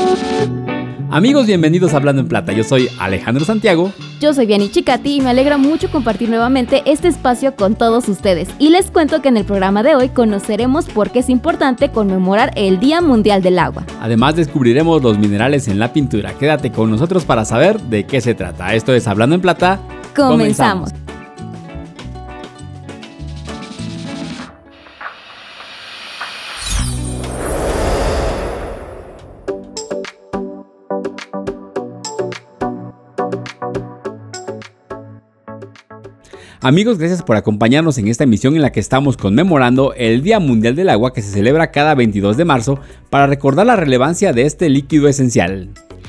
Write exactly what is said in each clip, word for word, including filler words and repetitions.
Amigos, bienvenidos a Hablando en Plata. Yo soy Alejandro Santiago. Yo soy Vianney Chicati y me alegra mucho compartir nuevamente este espacio con todos ustedes. Y les cuento que en el programa de hoy conoceremos por qué es importante conmemorar el Día Mundial del Agua. Además, descubriremos los minerales en la pintura. Quédate con nosotros para saber de qué se trata. Esto es Hablando en Plata. Comenzamos. Comenzamos. Amigos, gracias por acompañarnos en esta emisión en la que estamos conmemorando el Día Mundial del Agua, que se celebra cada veintidós de marzo para recordar la relevancia de este líquido esencial.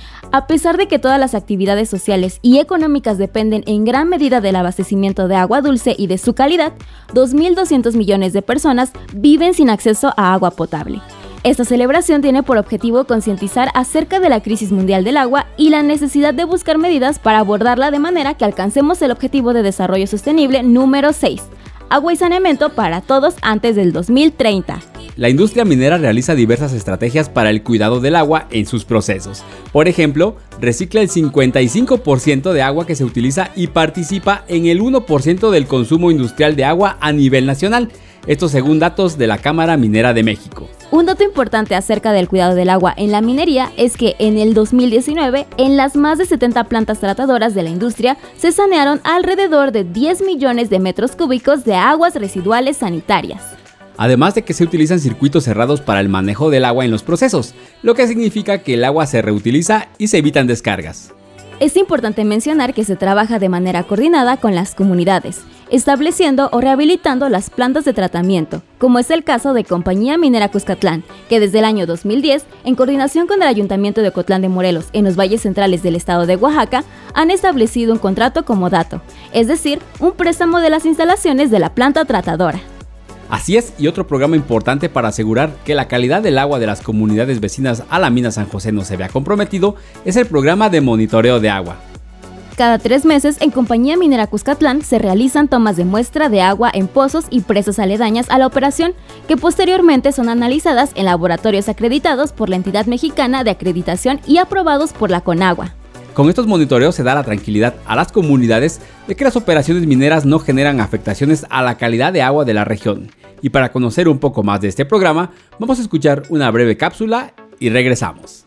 A pesar de que todas las actividades sociales y económicas dependen en gran medida del abastecimiento de agua dulce y de su calidad, dos mil doscientos millones de personas viven sin acceso a agua potable. Esta celebración tiene por objetivo concientizar acerca de la crisis mundial del agua y la necesidad de buscar medidas para abordarla de manera que alcancemos el objetivo de desarrollo sostenible número seis, agua y saneamiento para todos antes del dos mil treinta. La industria minera realiza diversas estrategias para el cuidado del agua en sus procesos. Por ejemplo, recicla el cincuenta y cinco por ciento de agua que se utiliza y participa en el uno por ciento del consumo industrial de agua a nivel nacional. Esto según datos de la Cámara Minera de México. Un dato importante acerca del cuidado del agua en la minería es que en el dos mil diecinueve, en las más de setenta plantas tratadoras de la industria, se sanearon alrededor de diez millones de metros cúbicos de aguas residuales sanitarias. Además de que se utilizan circuitos cerrados para el manejo del agua en los procesos, lo que significa que el agua se reutiliza y se evitan descargas. Es importante mencionar que se trabaja de manera coordinada con las comunidades, estableciendo o rehabilitando las plantas de tratamiento, como es el caso de Compañía Minera Cuscatlán, que desde el año dos mil diez, en coordinación con el Ayuntamiento de Ocotlán de Morelos en los valles centrales del estado de Oaxaca, han establecido un contrato comodato, es decir, un préstamo de las instalaciones de la planta tratadora. Así es, y otro programa importante para asegurar que la calidad del agua de las comunidades vecinas a la mina San José no se vea comprometido es el programa de monitoreo de agua. Cada tres meses, en Compañía Minera Cuscatlán se realizan tomas de muestra de agua en pozos y presas aledañas a la operación, que posteriormente son analizadas en laboratorios acreditados por la entidad mexicana de acreditación y aprobados por la Conagua. Con estos monitoreos se da la tranquilidad a las comunidades de que las operaciones mineras no generan afectaciones a la calidad de agua de la región. Y para conocer un poco más de este programa, vamos a escuchar una breve cápsula y regresamos.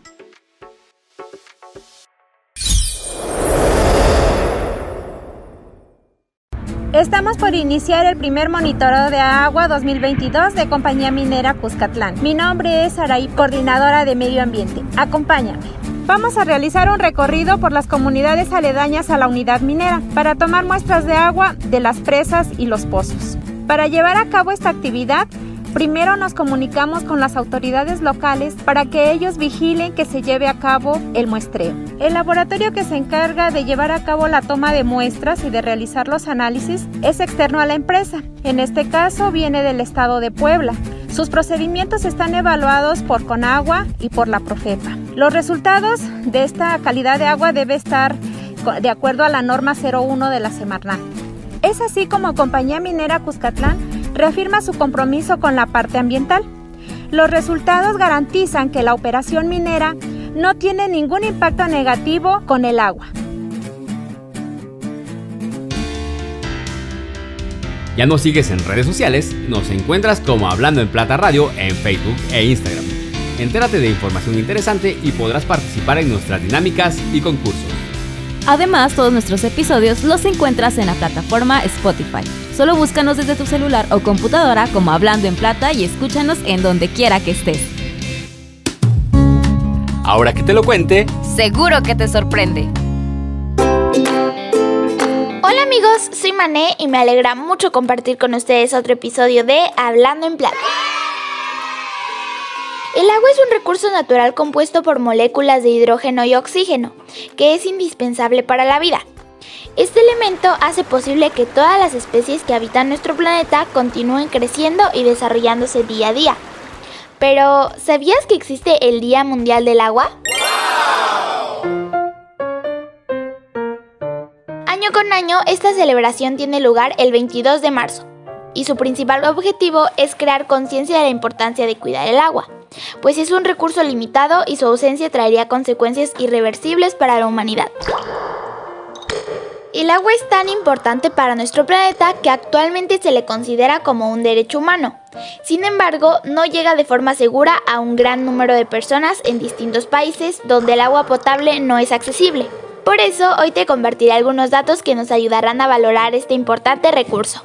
Estamos por iniciar el primer monitoreo de agua dos mil veintidós de Compañía Minera Cuscatlán. Mi nombre es Araí, coordinadora de Medio Ambiente. Acompáñame. Vamos a realizar un recorrido por las comunidades aledañas a la unidad minera para tomar muestras de agua de las presas y los pozos. Para llevar a cabo esta actividad, primero nos comunicamos con las autoridades locales para que ellos vigilen que se lleve a cabo el muestreo. El laboratorio que se encarga de llevar a cabo la toma de muestras y de realizar los análisis es externo a la empresa. En este caso viene del estado de Puebla. Sus procedimientos están evaluados por Conagua y por la Profepa. Los resultados de esta calidad de agua debe estar de acuerdo a la norma cero uno de la Semarnat. Es así como Compañía Minera Cuscatlán reafirma su compromiso con la parte ambiental. Los resultados garantizan que la operación minera no tiene ningún impacto negativo con el agua. ¿Ya nos sigues en redes sociales? Nos encuentras como Hablando en Plata Radio en Facebook e Instagram. Entérate de información interesante y podrás participar en nuestras dinámicas y concursos. Además, todos nuestros episodios los encuentras en la plataforma Spotify. Solo búscanos desde tu celular o computadora como Hablando en Plata y escúchanos en donde quiera que estés. Ahora que te lo cuente, seguro que te sorprende. Hola amigos, soy Mané y me alegra mucho compartir con ustedes otro episodio de Hablando en Plata. El agua es un recurso natural compuesto por moléculas de hidrógeno y oxígeno, que es indispensable para la vida. Este elemento hace posible que todas las especies que habitan nuestro planeta continúen creciendo y desarrollándose día a día. Pero, ¿sabías que existe el Día Mundial del Agua? Año con año, esta celebración tiene lugar el veintidós de marzo, y su principal objetivo es crear conciencia de la importancia de cuidar el agua, pues es un recurso limitado y su ausencia traería consecuencias irreversibles para la humanidad. El agua es tan importante para nuestro planeta que actualmente se le considera como un derecho humano. Sin embargo, no llega de forma segura a un gran número de personas en distintos países donde el agua potable no es accesible. Por eso, hoy te compartiré algunos datos que nos ayudarán a valorar este importante recurso.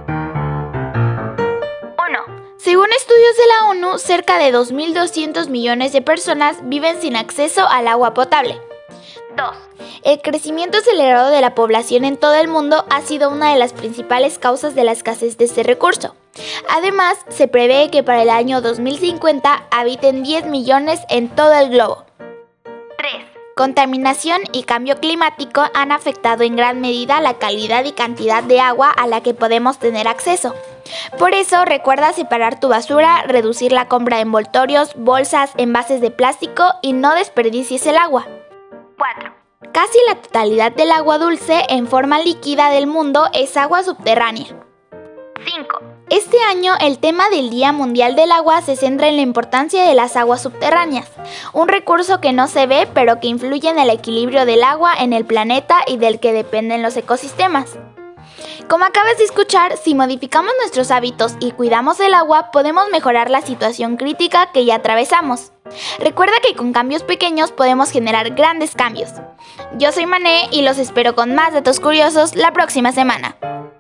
uno. Según estudios de la ONU, cerca de dos mil doscientos millones de personas viven sin acceso al agua potable. dos. El crecimiento acelerado de la población en todo el mundo ha sido una de las principales causas de la escasez de este recurso. Además, se prevé que para el año dos mil cincuenta habiten diez millones en todo el globo. tres. Contaminación y cambio climático han afectado en gran medida la calidad y cantidad de agua a la que podemos tener acceso. Por eso, recuerda separar tu basura, reducir la compra de envoltorios, bolsas, envases de plástico y no desperdicies el agua. cuatro. Casi la totalidad del agua dulce en forma líquida del mundo es agua subterránea. cinco. Este año el tema del Día Mundial del Agua se centra en la importancia de las aguas subterráneas, un recurso que no se ve pero que influye en el equilibrio del agua en el planeta y del que dependen los ecosistemas. Como acabas de escuchar, si modificamos nuestros hábitos y cuidamos el agua, podemos mejorar la situación crítica que ya atravesamos. Recuerda que con cambios pequeños podemos generar grandes cambios. Yo soy Mané y los espero con más datos curiosos la próxima semana.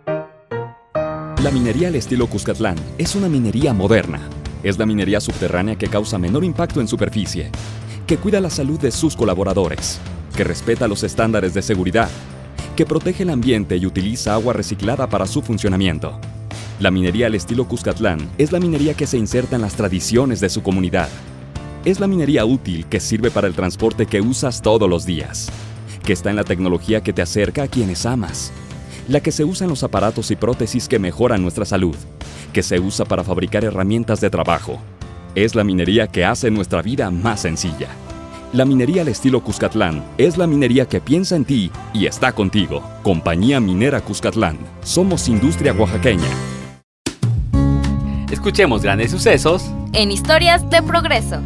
La minería al estilo Cuscatlán es una minería moderna. Es la minería subterránea que causa menor impacto en superficie, que cuida la salud de sus colaboradores, que respeta los estándares de seguridad, que protege el ambiente y utiliza agua reciclada para su funcionamiento. La minería al estilo Cuscatlán es la minería que se inserta en las tradiciones de su comunidad. Es la minería útil que sirve para el transporte que usas todos los días, que está en la tecnología que te acerca a quienes amas, la que se usa en los aparatos y prótesis que mejoran nuestra salud, que se usa para fabricar herramientas de trabajo. Es la minería que hace nuestra vida más sencilla. La minería al estilo Cuscatlán es la minería que piensa en ti y está contigo. Compañía Minera Cuscatlán. Somos industria oaxaqueña. Escuchemos grandes sucesos en Historias de Progreso.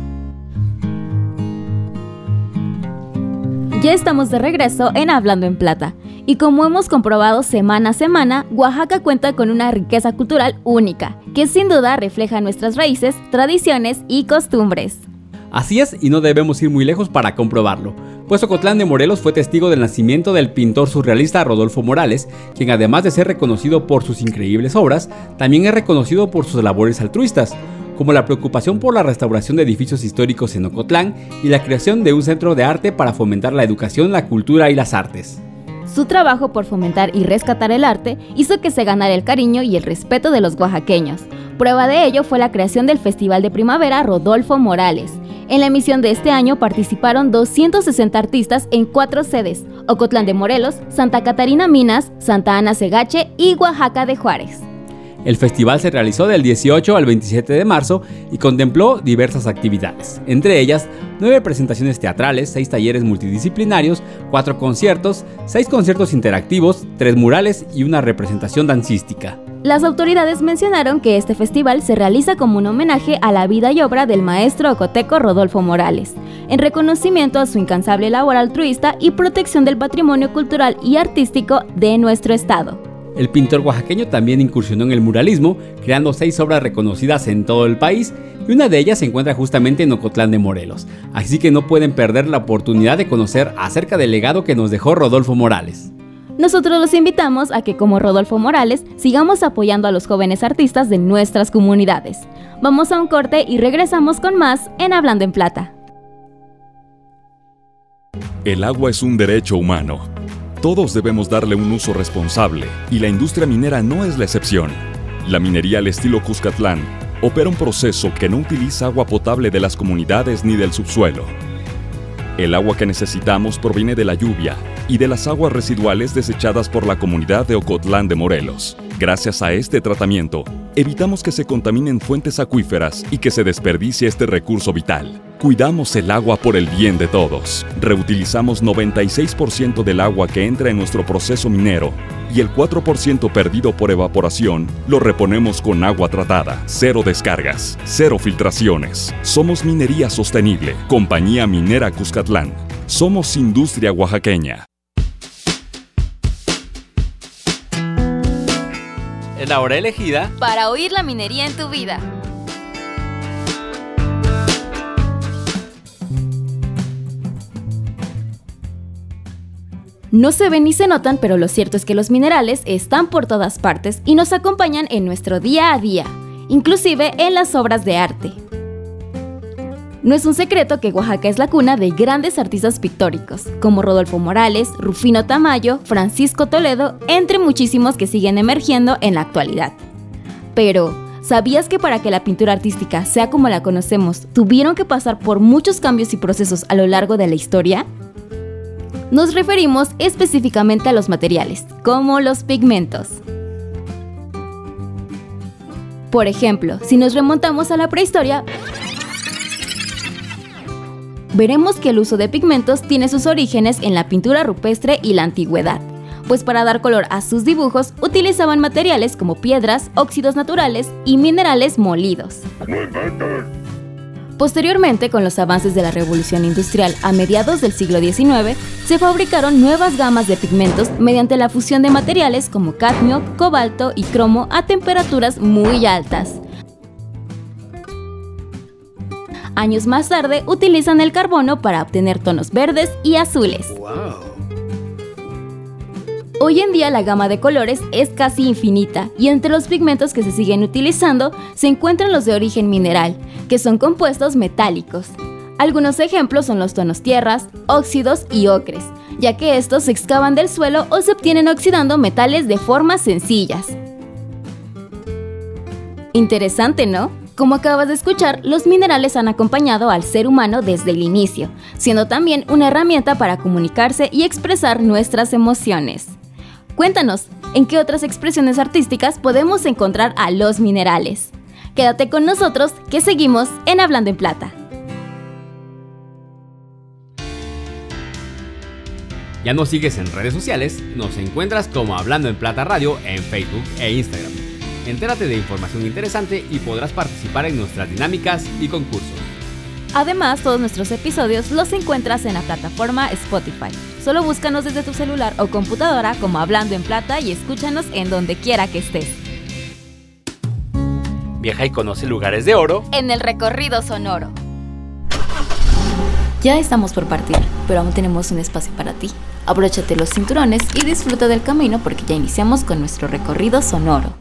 Ya estamos de regreso en Hablando en Plata. Y como hemos comprobado semana a semana, Oaxaca cuenta con una riqueza cultural única, que sin duda refleja nuestras raíces, tradiciones y costumbres. Así es, y no debemos ir muy lejos para comprobarlo, pues Ocotlán de Morelos fue testigo del nacimiento del pintor surrealista Rodolfo Morales, quien además de ser reconocido por sus increíbles obras, también es reconocido por sus labores altruistas, como la preocupación por la restauración de edificios históricos en Ocotlán y la creación de un centro de arte para fomentar la educación, la cultura y las artes. Su trabajo por fomentar y rescatar el arte hizo que se ganara el cariño y el respeto de los oaxaqueños. Prueba de ello fue la creación del Festival de Primavera Rodolfo Morales. En la emisión de este año participaron doscientos sesenta artistas en cuatro sedes: Ocotlán de Morelos, Santa Catarina Minas, Santa Ana Segache y Oaxaca de Juárez. El festival se realizó del dieciocho al veintisiete de marzo y contempló diversas actividades, entre ellas nueve presentaciones teatrales, seis talleres multidisciplinarios, cuatro conciertos, seis conciertos interactivos, tres murales y una representación dancística. Las autoridades mencionaron que este festival se realiza como un homenaje a la vida y obra del maestro ocoteco Rodolfo Morales, en reconocimiento a su incansable labor altruista y protección del patrimonio cultural y artístico de nuestro estado. El pintor oaxaqueño también incursionó en el muralismo, creando seis obras reconocidas en todo el país, y una de ellas se encuentra justamente en Ocotlán de Morelos, así que no pueden perder la oportunidad de conocer acerca del legado que nos dejó Rodolfo Morales. Nosotros los invitamos a que, como Rodolfo Morales, sigamos apoyando a los jóvenes artistas de nuestras comunidades. Vamos a un corte y regresamos con más en Hablando en Plata. El agua es un derecho humano. Todos debemos darle un uso responsable, y la industria minera no es la excepción. La minería al estilo Cuscatlán opera un proceso que no utiliza agua potable de las comunidades ni del subsuelo. El agua que necesitamos proviene de la lluvia y de las aguas residuales desechadas por la comunidad de Ocotlán de Morelos. Gracias a este tratamiento, evitamos que se contaminen fuentes acuíferas y que se desperdicie este recurso vital. Cuidamos el agua por el bien de todos. Reutilizamos noventa y seis por ciento del agua que entra en nuestro proceso minero y el cuatro por ciento perdido por evaporación lo reponemos con agua tratada. Cero descargas, cero filtraciones. Somos Minería Sostenible, Compañía Minera Cuscatlán. Somos industria oaxaqueña. Es la hora elegida para oír la minería en tu vida. No se ven ni se notan, pero lo cierto es que los minerales están por todas partes y nos acompañan en nuestro día a día, inclusive en las obras de arte. No es un secreto que Oaxaca es la cuna de grandes artistas pictóricos, como Rodolfo Morales, Rufino Tamayo, Francisco Toledo, entre muchísimos que siguen emergiendo en la actualidad. Pero, ¿sabías que para que la pintura artística sea como la conocemos, tuvieron que pasar por muchos cambios y procesos a lo largo de la historia? Nos referimos específicamente a los materiales, como los pigmentos. Por ejemplo, si nos remontamos a la prehistoria, veremos que el uso de pigmentos tiene sus orígenes en la pintura rupestre y la antigüedad, pues para dar color a sus dibujos utilizaban materiales como piedras, óxidos naturales y minerales molidos. Posteriormente, con los avances de la revolución industrial a mediados del siglo diecinueve, se fabricaron nuevas gamas de pigmentos mediante la fusión de materiales como cadmio, cobalto y cromo a temperaturas muy altas. Años más tarde, utilizan el carbono para obtener tonos verdes y azules. Wow. Hoy en día la gama de colores es casi infinita y entre los pigmentos que se siguen utilizando se encuentran los de origen mineral, que son compuestos metálicos. Algunos ejemplos son los tonos tierras, óxidos y ocres, ya que estos se excavan del suelo o se obtienen oxidando metales de formas sencillas. Interesante, ¿no? Como acabas de escuchar, los minerales han acompañado al ser humano desde el inicio, siendo también una herramienta para comunicarse y expresar nuestras emociones. Cuéntanos, ¿en qué otras expresiones artísticas podemos encontrar a los minerales? Quédate con nosotros, que seguimos en Hablando en Plata. ¿Ya nos sigues en redes sociales? Nos encuentras como Hablando en Plata Radio en Facebook e Instagram. Entérate de información interesante y podrás participar en nuestras dinámicas y concursos. Además, todos nuestros episodios los encuentras en la plataforma Spotify. Solo búscanos desde tu celular o computadora como Hablando en Plata y escúchanos en donde quiera que estés. Viaja y conoce lugares de oro en el recorrido sonoro. Ya estamos por partir, pero aún tenemos un espacio para ti. Abróchate los cinturones y disfruta del camino porque ya iniciamos con nuestro recorrido sonoro.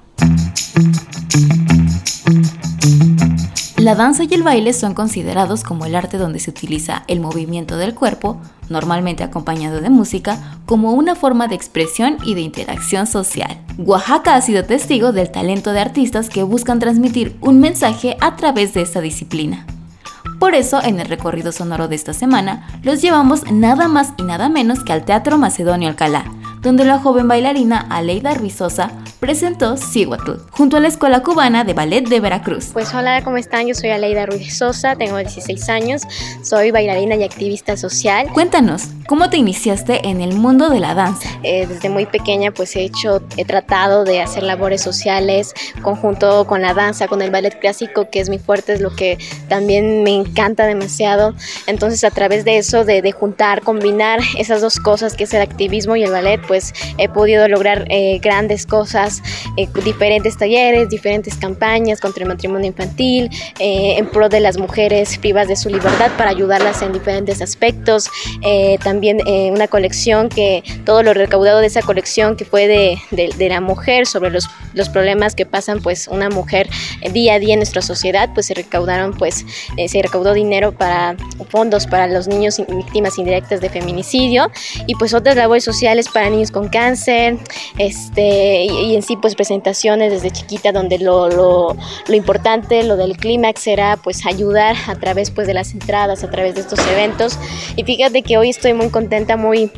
La danza y el baile son considerados como el arte donde se utiliza el movimiento del cuerpo, normalmente acompañado de música, como una forma de expresión y de interacción social. Oaxaca ha sido testigo del talento de artistas que buscan transmitir un mensaje a través de esta disciplina. Por eso, en el recorrido sonoro de esta semana, los llevamos nada más y nada menos que al Teatro Macedonio Alcalá, donde la joven bailarina Aleida Ruiz Sosa presentó Cihuatl, junto a la Escuela Cubana de Ballet de Veracruz. Pues hola, ¿cómo están? Yo soy Aleida Ruiz Sosa, tengo dieciséis años, soy bailarina y activista social. Cuéntanos, ¿cómo te iniciaste en el mundo de la danza? Eh, desde muy pequeña pues he hecho, he tratado de hacer labores sociales, conjunto con la danza, con el ballet clásico, que es mi fuerte, es lo que también me encanta demasiado. Entonces a través de eso, de, de juntar, combinar esas dos cosas, que es el activismo y el ballet, pues he podido lograr eh, grandes cosas, eh, diferentes talleres, diferentes campañas contra el matrimonio infantil, eh, en pro de las mujeres privadas de su libertad para ayudarlas en diferentes aspectos. Eh, también eh, una colección que todo lo recaudado de esa colección que fue de, de, de la mujer sobre los, los problemas que pasan pues una mujer eh, día a día en nuestra sociedad, pues se recaudaron pues eh, se recaudó dinero para fondos para los niños víctimas indirectas de feminicidio y pues otras labores sociales para niños con cáncer, este, y, y en sí pues presentaciones desde chiquita donde lo, lo, lo importante, lo del clímax era pues ayudar a través pues de las entradas, a través de estos eventos. Y fíjate que hoy estoy muy contenta, muy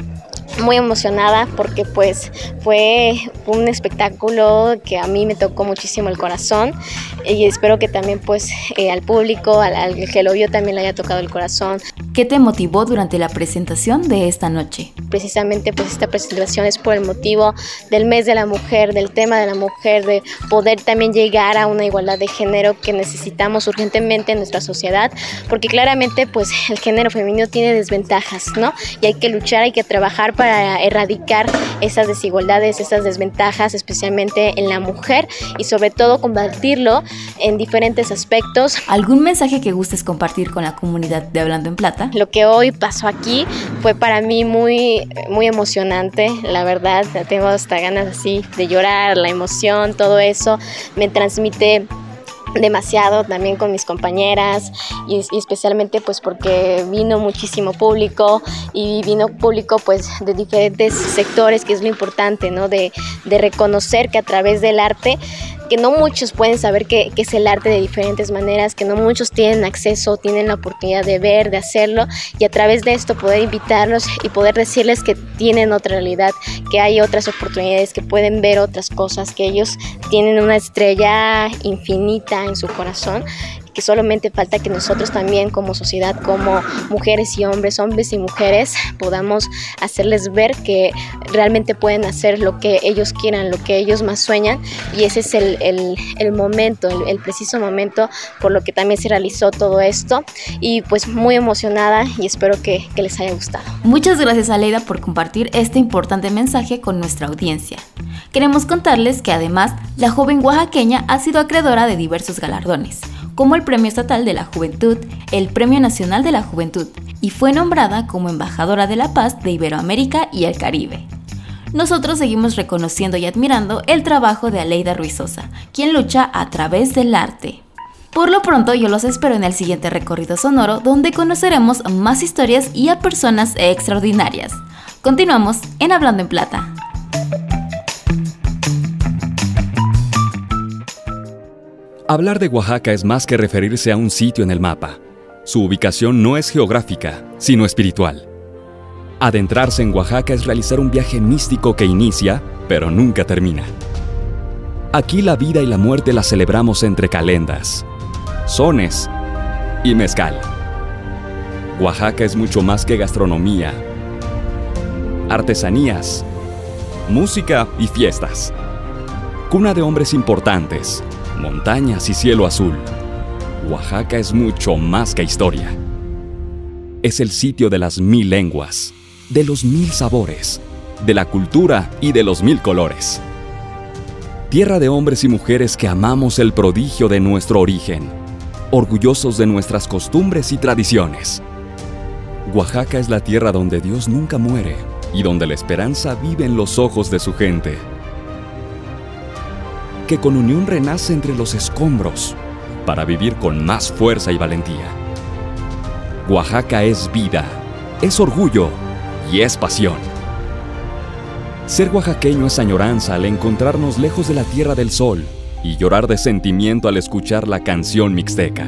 muy emocionada porque pues fue un espectáculo que a mí me tocó muchísimo el corazón y espero que también pues eh, al público, al, al que lo vio también le haya tocado el corazón. ¿Qué te motivó durante la presentación de esta noche? Precisamente pues esta presentación es por el motivo del mes de la mujer, del tema de la mujer, de poder también llegar a una igualdad de género que necesitamos urgentemente en nuestra sociedad, porque claramente pues el género femenino tiene desventajas, ¿no? Y hay que luchar, hay que trabajar para erradicar esas desigualdades, esas desventajas, especialmente en la mujer y sobre todo combatirlo en diferentes aspectos. ¿Algún mensaje que gustes compartir con la comunidad de Hablando en Plata? Lo que hoy pasó aquí fue para mí muy, muy emocionante, la verdad, tengo hasta ganas así de llorar, la emoción, todo eso me transmite demasiado también con mis compañeras y, y especialmente pues porque vino muchísimo público y vino público pues de diferentes sectores, que es lo importante, ¿no? De, de reconocer que a través del arte, que no muchos pueden saber qué es el arte de diferentes maneras, que no muchos tienen acceso, tienen la oportunidad de ver, de hacerlo, y a través de esto poder invitarlos y poder decirles que tienen otra realidad, que hay otras oportunidades, que pueden ver otras cosas, que ellos tienen una estrella infinita en su corazón, que solamente falta que nosotros también como sociedad, como mujeres y hombres, hombres y mujeres, podamos hacerles ver que realmente pueden hacer lo que ellos quieran, lo que ellos más sueñan, y ese es el, el, el momento, el, el preciso momento por lo que también se realizó todo esto, y pues muy emocionada y espero que, que les haya gustado. Muchas gracias, Aleida, por compartir este importante mensaje con nuestra audiencia. Queremos contarles que además la joven oaxaqueña ha sido acreedora de diversos galardones, como el Premio Estatal de la Juventud, el Premio Nacional de la Juventud, y fue nombrada como Embajadora de la Paz de Iberoamérica y el Caribe. Nosotros seguimos reconociendo y admirando el trabajo de Aleida Ruiz Sosa, quien lucha a través del arte. Por lo pronto, yo los espero en el siguiente recorrido sonoro, donde conoceremos más historias y a personas extraordinarias. Continuamos en Hablando en Plata. Hablar de Oaxaca es más que referirse a un sitio en el mapa. Su ubicación no es geográfica, sino espiritual. Adentrarse en Oaxaca es realizar un viaje místico que inicia, pero nunca termina. Aquí la vida y la muerte la celebramos entre calendas, sones y mezcal. Oaxaca es mucho más que gastronomía, artesanías, música y fiestas. Cuna de hombres importantes, montañas y cielo azul. Oaxaca es mucho más que historia. Es el sitio de las mil lenguas, de los mil sabores, de la cultura y de los mil colores. Tierra de hombres y mujeres que amamos el prodigio de nuestro origen, orgullosos de nuestras costumbres y tradiciones. Oaxaca es la tierra donde Dios nunca muere y donde la esperanza vive en los ojos de su gente, que con unión renace entre los escombros para vivir con más fuerza y valentía. Oaxaca es vida, es orgullo y es pasión. Ser oaxaqueño es añoranza al encontrarnos lejos de la Tierra del Sol y llorar de sentimiento al escuchar la canción mixteca.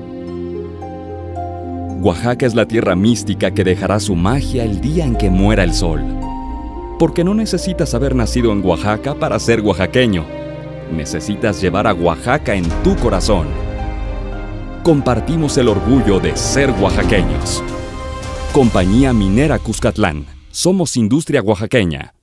Oaxaca es la tierra mística que dejará su magia el día en que muera el sol. Porque no necesitas haber nacido en Oaxaca para ser oaxaqueño. Necesitas llevar a Oaxaca en tu corazón. Compartimos el orgullo de ser oaxaqueños. Compañía Minera Cuscatlán. Somos industria oaxaqueña.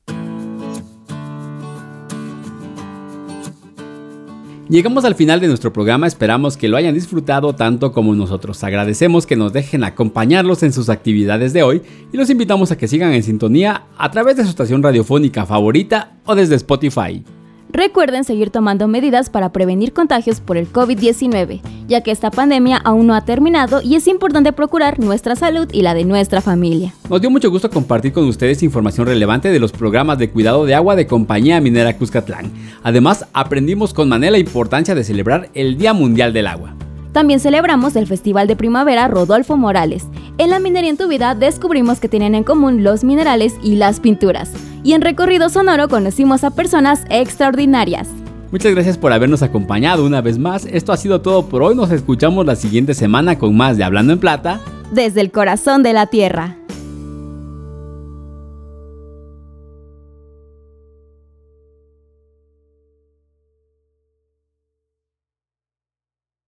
Llegamos al final de nuestro programa, esperamos que lo hayan disfrutado tanto como nosotros. Agradecemos que nos dejen acompañarlos en sus actividades de hoy y los invitamos a que sigan en sintonía a través de su estación radiofónica favorita o desde Spotify. Recuerden seguir tomando medidas para prevenir contagios por el COVID diecinueve, ya que esta pandemia aún no ha terminado y es importante procurar nuestra salud y la de nuestra familia. Nos dio mucho gusto compartir con ustedes información relevante de los programas de cuidado de agua de Compañía Minera Cuscatlán. Además, aprendimos con Mané la importancia de celebrar el Día Mundial del Agua. También celebramos el Festival de Primavera Rodolfo Morales. En la Minería en tu Vida descubrimos que tienen en común los minerales y las pinturas. Y en Recorrido Sonoro conocimos a personas extraordinarias. Muchas gracias por habernos acompañado una vez más. Esto ha sido todo por hoy. Nos escuchamos la siguiente semana con más de Hablando en Plata. Desde el corazón de la tierra.